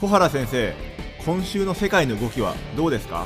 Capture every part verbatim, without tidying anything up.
小原先生、今週の世界の動きはどうですか？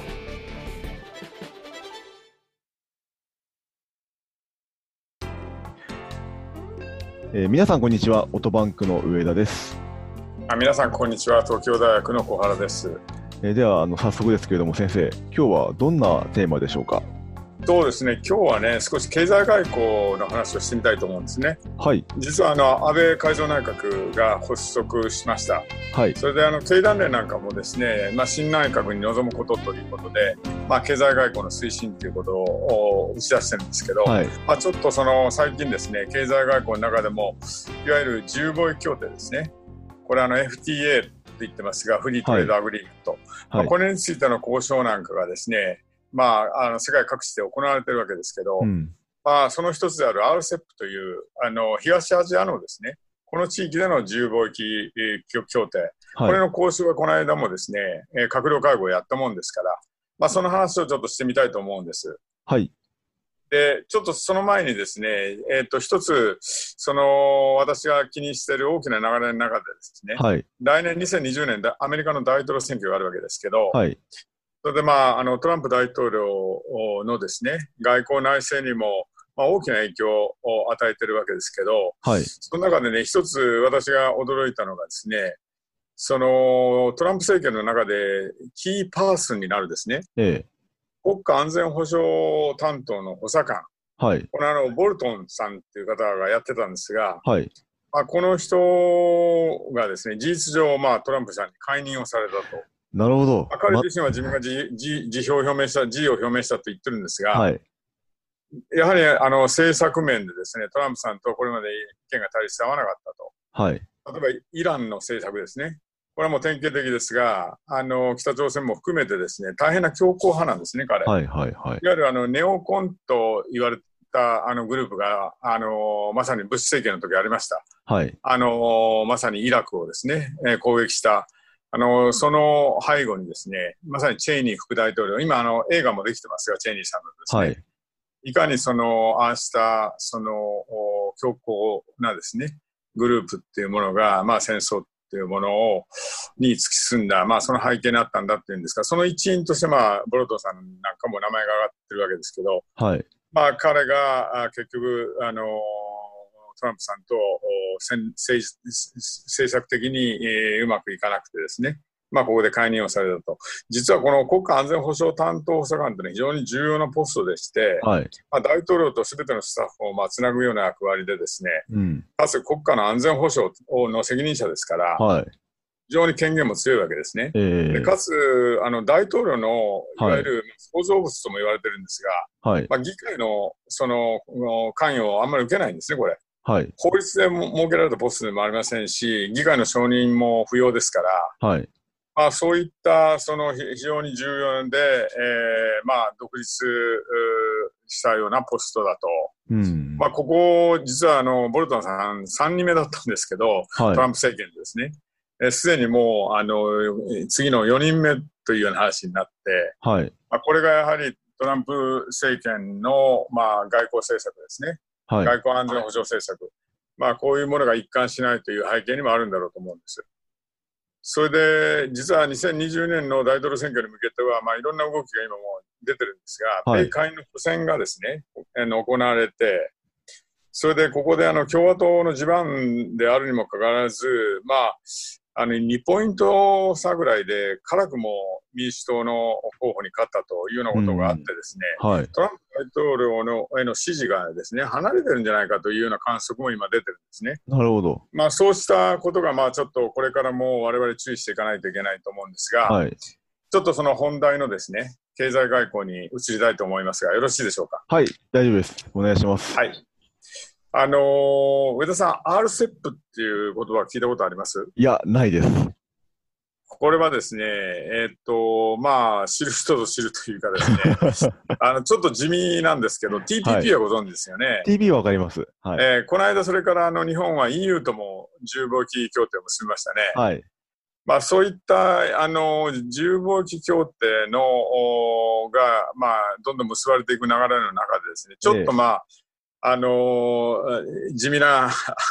えー、皆さんこんにちは。オトバンクの上田です。 あ、皆さんこんにちは。東京大学の小原です。 えー、ではあの早速ですけれども、先生、今日はどんなテーマでしょうか？ そうですね、今日はね、少し経済外交の話をしてみたいと思うんですね。 はい。 実はあの安倍改造内閣が発足しました。 はい。 それであの経団連なんかもですね、まあ、新内閣に臨むことということで、まあ、経済外交の推進ということを打ち出してるんですけど、 はい。 まあ、ちょっとその最近ですね、経済外交の中でもいわゆる自由貿易協定ですね、これあの エフティーエー と言ってますが、フリートレードアグリーメント、はい、まあ、これについての交渉なんかがですね、まあ、あの世界各地で行われているわけですけど、うん、まあ、その一つである アールセップ というあの東アジアのですね、この地域での自由貿易協定、はい、これの交渉がこの間もですね、閣僚会合をやったもんですから、まあ、その話をちょっとしてみたいと思うんです。 はい。 で、ちょっとその前にですね、えっと、一つ、その、私が気にしている大きな流れの中でですね、はい、来年にせんにじゅうねんでアメリカの大統領選挙があるわけですけど、はい、それで、まあ、あのトランプ大統領のですね、外交内政にも、まあ、大きな影響を与えているわけですけど、はい、その中でね、一つ私が驚いたのがですね、そのトランプ政権の中でキーパーソンになるですね、ええ、国家安全保障担当の補佐官、はい、このあのボルトンさんという方がやってたんですが、はい、まあ、この人がですね、事実上、まあ、トランプさんに解任をされたと。 なるほど。 まあ、彼自身は自分が 辞, 辞, 辞表を表明した、辞意を表明したと言ってるんですが、はい、やはりあの政策面でですね、トランプさんとこれまで意見が対立して合わなかったと。はい、例えばイランの政策ですね。これはもう典型的ですが、あの北朝鮮も含めてですね、大変な強硬派なんですね、彼。はいはいはい、いわゆるあのネオコンと言われたあのグループがあのまさにブッシュ政権の時ありました。はい、あのまさにイラクをですね、えー、攻撃した。あのその背後にですね、まさにチェイニー副大統領、今あの映画もできてますが、チェイニーさんのですね、はい、いかにそのああしたその強硬なですねグループっていうものが、まあ、戦争っていうものをに突き進んだ、まあ、その背景にあったんだっていうんですが、その一員として、まあ、ボルトンさんなんかも名前が上がってるわけですけど、はい、まあ、彼が結局あのトランプさんと政策的に、えー、うまくいかなくてですね、まあ、ここで解任をされたと。実はこの国家安全保障担当補佐官というのは非常に重要なポストでして、はい、まあ、大統領とすべてのスタッフをまあつなぐような役割でですね、うん、かつ国家の安全保障の責任者ですから、はい、非常に権限も強いわけですね。えー、でかつあの大統領のいわゆる創造物とも言われてるんですが、はい、まあ、議会のその関与をあんまり受けないんですね、これ。はい、法律で設けられたポストでもありませんし、議会の承認も不要ですから、はい、まあ、そういったその非常に重要で、えーまあ、独立したようなポストだと。うん、まあ、ここ実はあのボルトンさんさんにんめだったんですけど、はい、トランプ政権でですね、すでにもうあの次のよにんめというような話になって、はい、まあ、これがやはりトランプ政権の、まあ、外交政策ですね、はい、外交安全保障政策、まあ、こういうものが一貫しないという背景にもあるんだろうと思うんです。それで実はにせんにじゅうねんの大統領選挙に向けては、まあ、いろんな動きが今も出てるんですが、はい、米下院の補選がですね行われて、それでここであの共和党の地盤であるにもかかわらず、まあ、あのにポイント差ぐらいで辛くも民主党の候補に勝ったというようなことがあってですね、はい、トランプ大統領のへの支持がですね離れてるんじゃないかというような観測も今出てるんですね。 なるほど。 まあ、そうしたことがまあちょっとこれからも我々注意していかないといけないと思うんですが、はい、ちょっとその本題のですね経済外交に移りたいと思いますが、よろしいでしょうか。 はい、大丈夫です。お願いします。 はい。あのー、上田さん、アールセップ っていう言葉聞いたことあります？ いや、ないです。 これはですね、えー、っと、まあ、知る人ぞ知るというかですね、あの、ちょっと地味なんですけど、ティーピーピー はご存知ですよね。はい、 ティーピー はわかります。はい、 えー、この間、それからあの日本は イーユー とも自由貿易協定を結びましたね。はい。まあ、そういったあの自由貿易協定のが、まあ、どんどん結ばれていく流れの中でですね、ちょっとまあ、えーあのー、地味な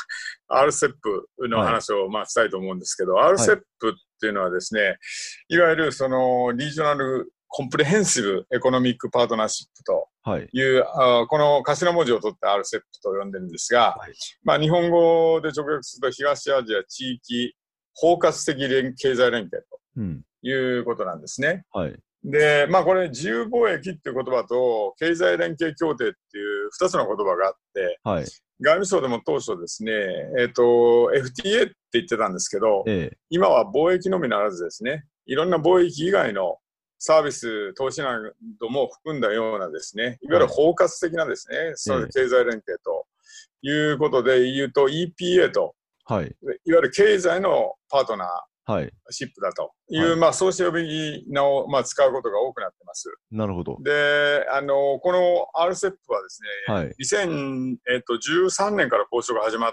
アールセップ の話をまあしたいと思うんですけど、はい、アールセップ っていうのはですね、いわゆるそのリージョナルコンプレヘンシブエコノミックパートナーシップという、はい、あこの頭文字を取って アールセップ と呼んでるんですが、はい、まあ日本語で直訳すると東アジア地域包括的連経済連携ということなんですね。うん、はい、で、まあこれ自由貿易っていう言葉と経済連携協定っていう二つの言葉があって、はい、外務省でも当初ですね、えっと、エフティーエー って言ってたんですけど、ええ、今は貿易のみならずですね、いろんな貿易以外のサービス、投資なども含んだようなですね、いわゆる包括的なですね、はい、その経済連携ということで言うと イーピーエー と、はい、いわゆる経済のパートナー、はい、シップだという、はい、まあ、そうした呼び名を、まあ、使うことが多くなってます。 なるほど。 で、あの、この アールセップ はですね、はい、にせんじゅうさんねんから交渉が始まって、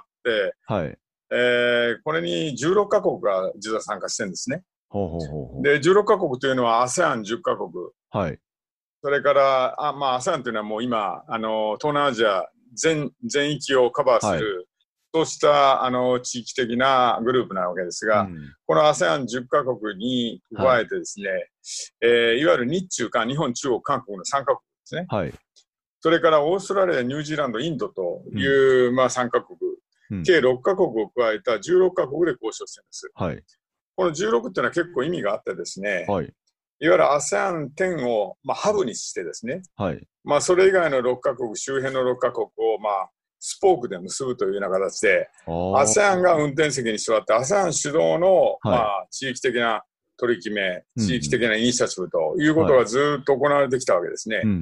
はい、えー、これにじゅうろっかこくが実は参加してるんですね。ほうほうほうほう。で、じゅうろっかこくというのは アセアンじゅっかこく。はい。それから、あまあ、アセアン というのはもう今、あの、東南アジア全、全域をカバーする、はい、そうしたあの地域的なグループなわけですが、うん、この アセアンじゅっかこくに加えてですね、はいえー、いわゆる日中韓、日本、中国、韓国のさんかこくですね。はい、それからオーストラリア、ニュージーランド、インドという、うんまあ、さんかこく、うん、計ろっかこくを加えたじゅうろっかこくで交渉してるんです。はい、このじゅうろくっていうのは結構意味があってですね、はい、いわゆる アセアンじゅう を、まあ、ハブにしてですね、はいまあ、それ以外のろっかこく、周辺のろっかこくを、まあ、スポークで結ぶというような形で、アセアン が運転席に座って、アセアン 主導の、はいまあ、地域的な取り決め、地域的なイニシアチブということがずっと行われてきたわけですね。はいうんうん、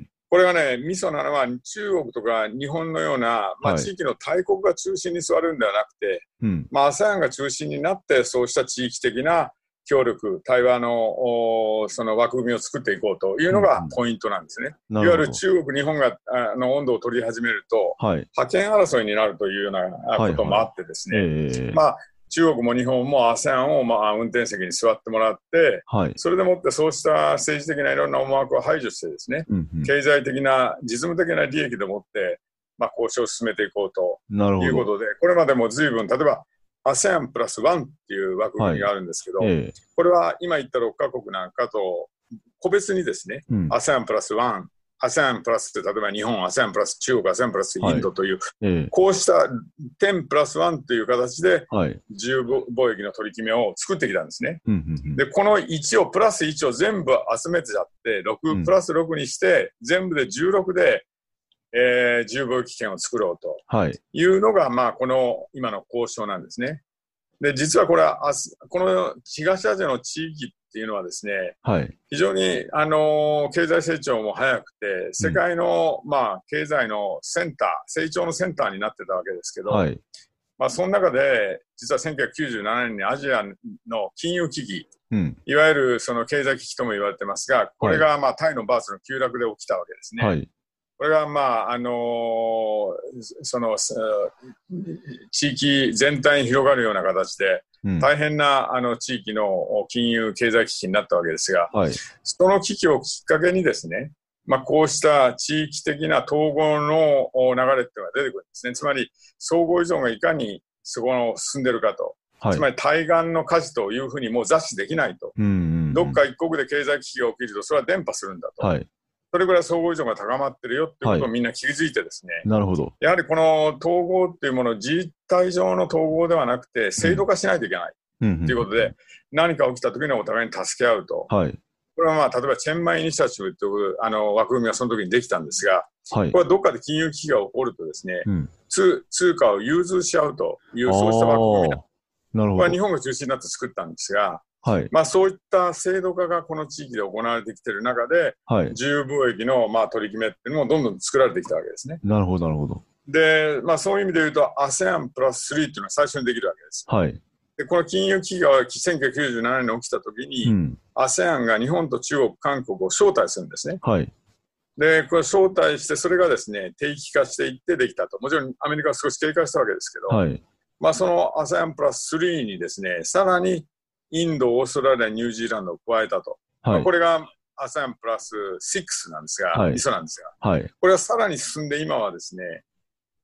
これがね、ミソなのは中国とか日本のような、まあ、地域の大国が中心に座るんではなくて、はいまあ、アセアン が中心になって、そうした地域的な協力、対話のその枠組みを作っていこうというのがポイントなんですね。うん、いわゆる中国、日本があの温度を取り始めると、はい、覇権争いになるというようなこともあってですね、はいはいえーまあ、中国も日本も アセアン をまあ運転席に座ってもらって、はい、それでもってそうした政治的ないろんな思惑を排除してですね、うんうん、経済的な、実務的な利益でもって、まあ、交渉を進めていこうということで、これまでも随分、例えば、アセアン プラスワンっていう枠組みがあるんですけど、はいええ、これは今言ったろっかこくなんかと個別にですね、うん、アセアン プラスワン、アセアン プラスって例えば日本、アセアン プラス中国、アセアン プラスインドという、はいええ、こうしたじゅうプラスワンという形で自由貿易の取り決めを作ってきたんですね。うんうんうん、で、このいちを、プラスいちを全部集めてちゃって、ろくプラスろくにして、全部でじゅうろくで、えー、自由貿易圏を作ろうというのが、はい、まあ、この今の交渉なんですね。で、実はこれは、この東アジアの地域っていうのはですね、はい、非常に、あの、経済成長も早くて、世界の、うん、まあ、経済のセンター、成長のセンターになってたわけですけど、はい、まあ、その中で、実はせんきゅうひゃくきゅうじゅうななねんにアジアの金融危機、うん、いわゆるその経済危機とも言われてますが、これが、まあ、タイのバーツの急落で起きたわけですね。はいこれが、まあ、あのー、その、地域全体に広がるような形で、うん、大変な、あの、地域の金融経済危機になったわけですが、はい、その危機をきっかけにですね、まあ、こうした地域的な統合の流れっていうのが出てくるんですね。つまり、相互依存がいかにそこの進んでるかと。はい、つまり、対岸の火事というふうにもう座視できないと。うんうんうん、どっか一国で経済危機が起きると、それは伝播するんだと。はいそれぐらい相互依存が高まってるよっていうことをみんな気づいてですね、はい、なるほど。やはりこの統合っていうものを実態上の統合ではなくて制度化しないといけないということで、うん、何か起きた時にはお互いに助け合うと。はい、これはまあ例えばチェンマイイニシアチブというあの枠組みがその時にできたんですが、はい、これはどっかで金融危機が起こるとですね、うん、通, 通貨を融通し合うというそうした枠組みななるほど。これは日本が中心になって作ったんですが、はいまあ、そういった制度化がこの地域で行われてきている中で、はい、自由貿易のまあ取り決めっていうのもどんどん作られてきたわけですね。 なるほど、なるほど。 で、まあ、そういう意味で言うと アセアン プラススリーっていうのは最初にできるわけです。はい、でこの金融危機がせんきゅうひゃくきゅうじゅうななねんに起きたときに、うん、アセアン が日本と中国、韓国を招待するんですね。はい、で、これ招待して、それがですね、定期化していってできたと。もちろんアメリカは少し経過したわけですけど、はいまあ、その アセアン プラススリーにですね、さらにインド、オーストラリア、ニュージーランドを加えたと。はいまあ、これが アセアン プラスろくなんですが、はい、ミソなんですが、はい、これはさらに進んで今はですね、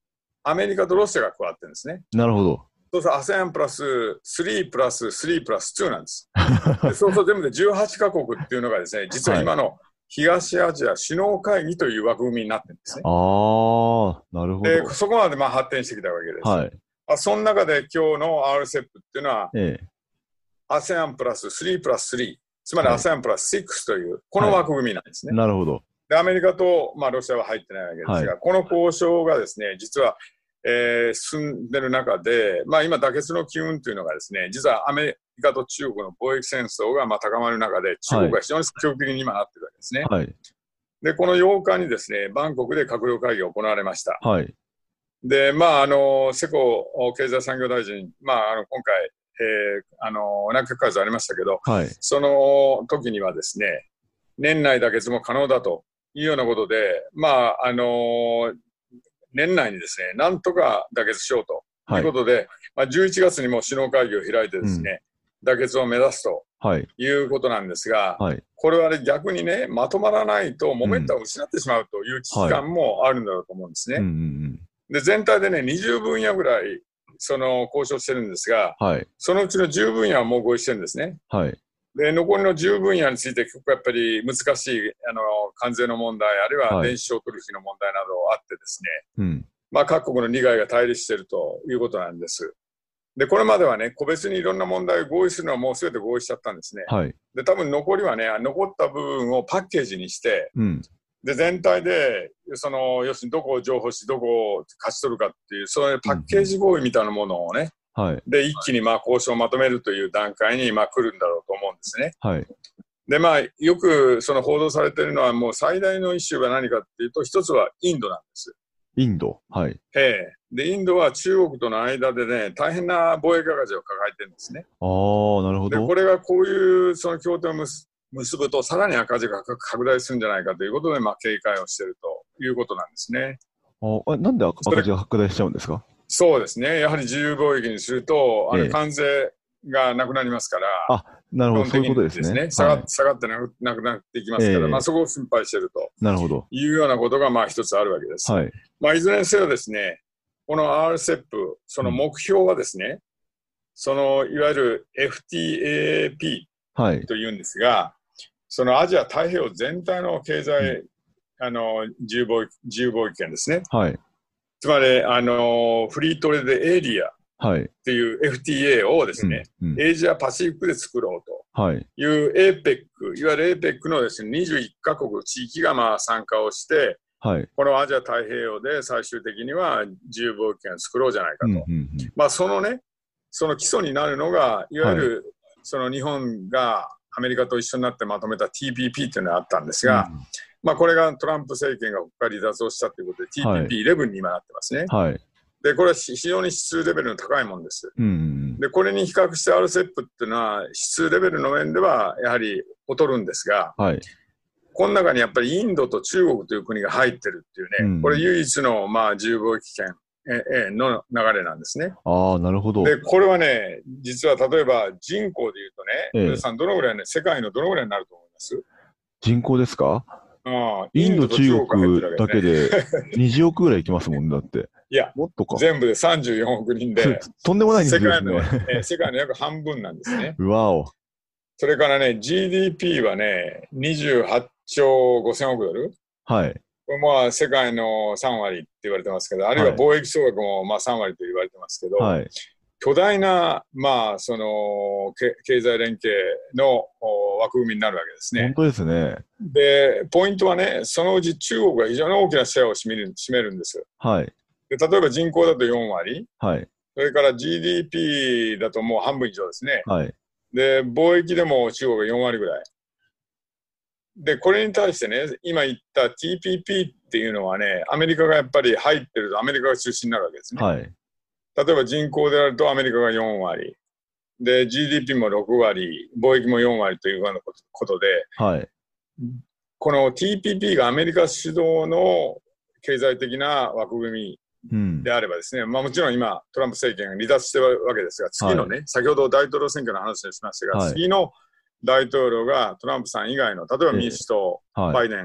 アメリカとロシアが加わってるんですね。 なるほど。 そうすると アセアン プラススリープラススリープラスツーなんです。でそうすると全部でじゅうはちカ国っていうのがですね、実は今の東アジア首脳会議という枠組みになってるんですね。 ああ、なるほど。 で、そこまでまあ発展してきたわけです。 はい。 あその中で今日の アールセップ っていうのは、 ええ、 アセアン プラススリープラススリー、つまり アセアン プラスシックスという、この枠組みなんですね。 はい、なるほど。 で、アメリカと、まあ、ロシアは入ってないわけですが、はい、この交渉がですね、実は、えー、進んでる中で、まあ、今、妥結の機運というのがですね、実はアメリカと中国の貿易戦争がまあ高まる中で、中国が非常に積極的に今なっているわけですね。はい、で、このようかにですね、バンコクで閣僚会議が行われました。はい、で、まあ、あの、世耕経済産業大臣、まあ、あの、今回、えー、あの、内閣改造ありましたけど、はい、その時にはですね、年内妥結も可能だというようなことで、まあ、あの、年内にですね、なんとか妥結しようということで、はい、まあ、じゅういちがつにも首脳会議を開いてですね、うん、妥結を目指すということなんですが、はい、これはね、逆にね、まとまらないとモメンタムを失ってしまうという危機感もあるんだろうと思うんですね。はい、で、全体でね、にじゅうぶんやぐらい、その交渉してるんですが、はい、そのうちのじゅうぶんやはもう合意してるんですね。はい、で、残りのじゅうぶんやについて結構やっぱり難しい、あの、関税の問題、あるいは電子商取引の問題などあってですね、はい、うん、まあ各国の利害が対立しているということなんです。で、これまではね、個別にいろんな問題を合意するのはもうすべて合意しちゃったんですね。はい、で、多分残りはね、残った部分をパッケージにして、うん、で、全体で、その、要するにどこを譲歩し、どこを勝ち取るかっていう、そういうパッケージ合意みたいなものをね、うん、はい、で、一気にまあ交渉をまとめるという段階にまあ来るんだろうと思うんですね。はい、で、まあ、よくその報道されているのは、もう最大のイシューが何かっていうと、一つはインドなんです。 インド、はい。 ええ。で、インドは中国との間でね、大変な貿易赤字を抱えてるんですね。 ああ、なるほど。 で、これがこういうその協定を結結ぶと、さらに赤字が拡大するんじゃないかということで、まあ、警戒をしているということなんですね。 あ、なんで赤字が拡大しちゃうんですか？ そうですね。やはり自由貿易にすると、あの関税がなくなりますから、ええ、 あ、なるほど、そういうことですね。 下が、はい、下がってなく、なくなっていきますから、ええ、まあそこを心配していると。 なるほど。 いうようなことが、まあ一つあるわけです。はい。まあいずれにせよですね、この アールセップ、その目標はですね、うん、その、いわゆる エフティーエーピー というんですが、はい、そのアジア太平洋全体の経済、うん、あの、自由貿易、自由貿易圏ですね。はい。つまり、あの、フリートレードエリアっていう エフティーエー をですね、うんうん、エイジアパシフィックで作ろうという エーペック、いわゆる エーペック のですね、にじゅういっかこく地域がまあ参加をして、はい、このアジア太平洋で最終的には自由貿易圏を作ろうじゃないかと。うんうんうん、まあそのね、その基礎になるのが、いわゆるその日本がアメリカと一緒になってまとめた ティーピーピー というのがあったんですが、うん、まあこれがトランプ政権が国家離脱をしたということで ティーピーピーイレブン に今なってますね。はい、で、これは非常に指数レベルの高いものです。うんうん、で、これに比較して アールセップ っていうのは指数レベルの面ではやはり劣るんですが、はい、この中にやっぱりインドと中国という国が入ってるっていうね、うん、これ唯一のまあ自由貿易圏の流れなんですね。 ああ、なるほど。 で、これはね、実は例えば人口でいうとね、ええ、皆さんどのぐらいね、世界のどのぐらいになると思います？ 人口ですか？ああ、インドと中国だけでにじゅうおくぐらいいきますもんだって。 いや、もっとか。全部でさんじゅうよんおくにんで、 とんでもない人数ですね。 世界の、え世界の約半分なんですね。 うわお。 それからね、ジーディーピー はね、にじゅうはっちょうごせんおくドル。はい。これまあ世界のさんわりって言われてますけど、あるいは貿易総額もまあさんわりと言われてますけど、はい、巨大な、まあ、その、経済連携の枠組みになるわけですね。 本当ですね。 で、ポイントはね、そのうち中国が非常に大きなシェアを占める、占めるんです。はい。で、例えば人口だとよんわり。はい。それから ジーディーピー だともう半分以上ですね。はい。で、貿易でも中国がよんわりぐらい。で、これに対してね、今言った ティーピーピー っていうのはね、アメリカがやっぱり入ってるとアメリカが中心になるわけですね。はい。例えば人口であるとアメリカがよんわり。で、ジーディーピー もろくわり、貿易もよんわりというようなことで、はい。この ティーピーピー がアメリカ主導の経済的な枠組みであればですね、うん、まあもちろん今トランプ政権が離脱してるわけですが、次のね、はい、先ほど大統領選挙の話をしましたが、はい、次の大統領がトランプさん以外の、例えば民主党、はい、バイデン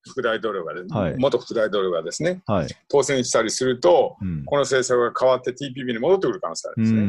副大統領が、 はい、 元副大統領がですね、 はい、 当選したりすると、 うん、 この政策が変わって ティーピーピー に戻ってくる可能性があるんですね。うん、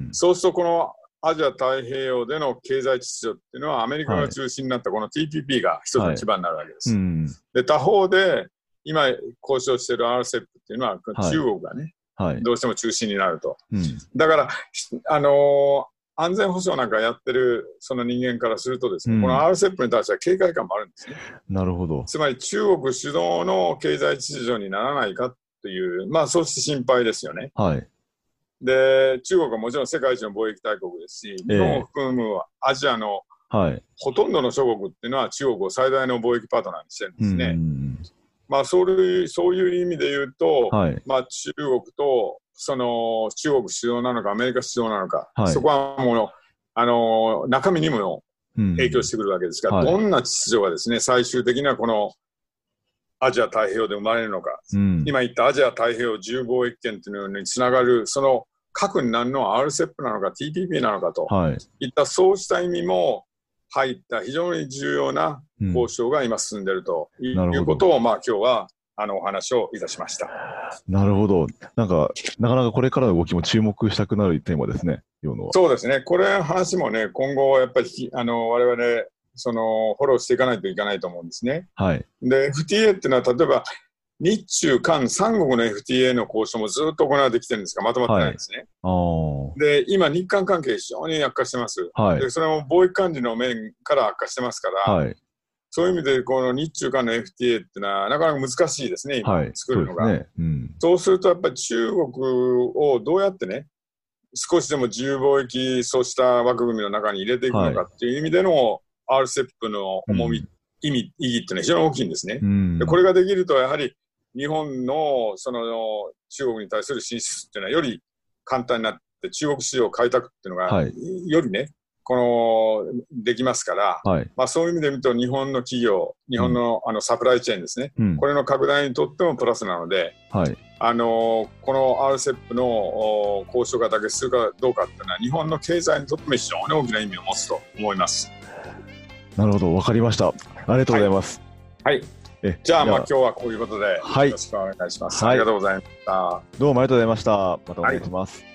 そうするとこのアジア太平洋での経済秩序っていうのはアメリカが中心になったこの ティーピーピー が一つの基盤になるわけです。はい、うん、で他方で今交渉している アールセップ っていうのは中国がね、はい、どうしても中心になると。うん、だから、あのー、安全保障なんかやってるその人間からするとですね、うん、この アールセップ に対しては警戒感もあるんですね。 なるほど。 つまり中国主導の経済秩序にならないかという、まあそうして心配ですよね。 はい。 で、中国はもちろん世界一の貿易大国ですし、日本を含むアジアのほとんどの諸国っていうのは中国を最大の貿易パートナーにしてるんですね。うん、まあそういう、そういう意味で言うと、はい、まあ中国とその中国主導なのかアメリカ主導なのか、はい、そこはもうあの中身にも影響してくるわけですが、うん、どんな秩序がですね、最終的にはこのアジア太平洋で生まれるのか、うん、今言ったアジア太平洋自由貿易圏というのにつながるその核になるのは アールセップ なのか ティーピーピー なのかと、はい、いったそうした意味も入った非常に重要な交渉が今進んでいるということを、うん、まあ今日はあのお話をいたしました。 なるほど。なんかなかなかこれからの動きも注目したくなるテーマですね。 そうですね。これ話もね、今後やっぱりあの我々そのフォローしていかないといけないと思うんですね。 はい。 で エフティーエー っていうのは例えば日中韓三国の エフティーエー の交渉もずっと行われてきてるんですがまとまってないんですね。 はい、 で今日韓関係非常に悪化してます。はい、でそれも貿易管理の面から悪化してますから。はい、そういう意味でこの日中韓の エフティーエー っていうのはなかなか難しいですね、今、はい、作るのが。そうですね。うん、そうするとやっぱり中国をどうやってね、少しでも自由貿易そうした枠組みの中に入れていくのかっていう意味での、はい、アールセップ の重み、うん、意味、意義っていうのは非常に大きいんですね。うん、でこれができるとやはり日本のその中国に対する進出っていうのはより簡単になって中国市場開拓っていうのが、はい、よりね、このできますから、はい、まあ、そういう意味で見ると日本の企業、日本 の,、うん、あのサプライチェーンですね、うん、これの拡大にとってもプラスなので、はい、あのこの アールセップ の交渉が妥結するかどうかっていうのは日本の経済にとっても非常に大きな意味を持つと思います。 なるほど、わかりました。ありがとうございます。 はい、はい、えじゃあ、まあ、今日はこういうことでよろしくお願いします。はい、ありがとうございました。 どうもありがとうございました。またお願いします。はい。